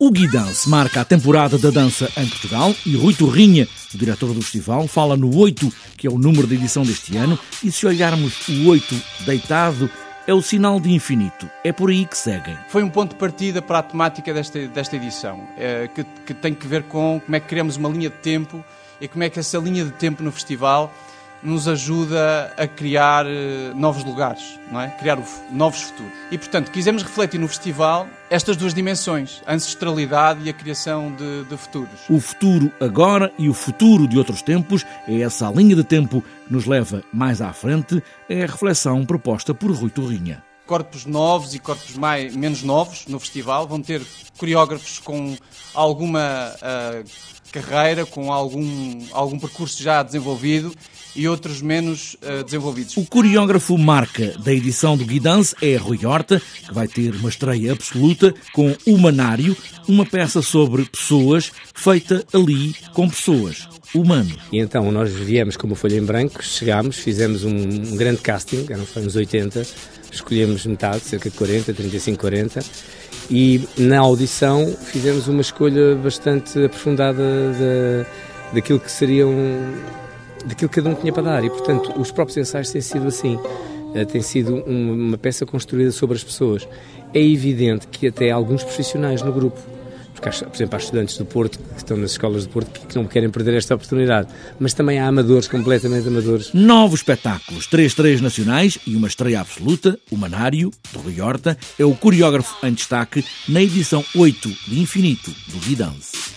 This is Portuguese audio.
O Guidance marca a temporada da dança em Portugal e Rui Torrinha, o diretor do festival, fala no 8, que é o número da edição deste ano, e se olharmos o 8 deitado, é o sinal de infinito. É por aí que seguem. Foi um ponto de partida para a temática desta edição, que tem que ver com como é que criamos uma linha de tempo e como é que essa linha de tempo no festival nos ajuda a criar novos lugares, não é? Criar novos futuros. E, portanto, quisemos refletir no festival estas duas dimensões, a ancestralidade e a criação de futuros. O futuro agora e o futuro de outros tempos é essa a linha de tempo que nos leva mais à frente, é a reflexão proposta por Rui Torrinha. Corpos novos e corpos menos novos no festival vão ter coreógrafos com alguma carreira, com algum percurso já desenvolvido e outros menos desenvolvidos. O coreógrafo marca da edição do Guidance é Rui Horta, que vai ter uma estreia absoluta com O Manário, uma peça sobre pessoas, feita ali com pessoas. Humano. E então nós viemos com uma folha em branco, chegámos, fizemos um grande casting, eram uns 80, escolhemos metade, cerca de 40, 35, 40, e na audição fizemos uma escolha bastante aprofundada daquilo que seriam, daquilo que cada um tinha para dar, e portanto os próprios ensaios têm sido assim, tem sido uma peça construída sobre as pessoas. É evidente que até há alguns profissionais no grupo, porque por exemplo há estudantes do Porto que estão nas escolas do Porto que não querem perder esta oportunidade, mas também há amadores, completamente amadores. 9 espetáculos, 3 estreias nacionais e uma estreia absoluta. O Manário, de Rui Horta, é o coreógrafo em destaque na edição 8 de Infinito do Guidance.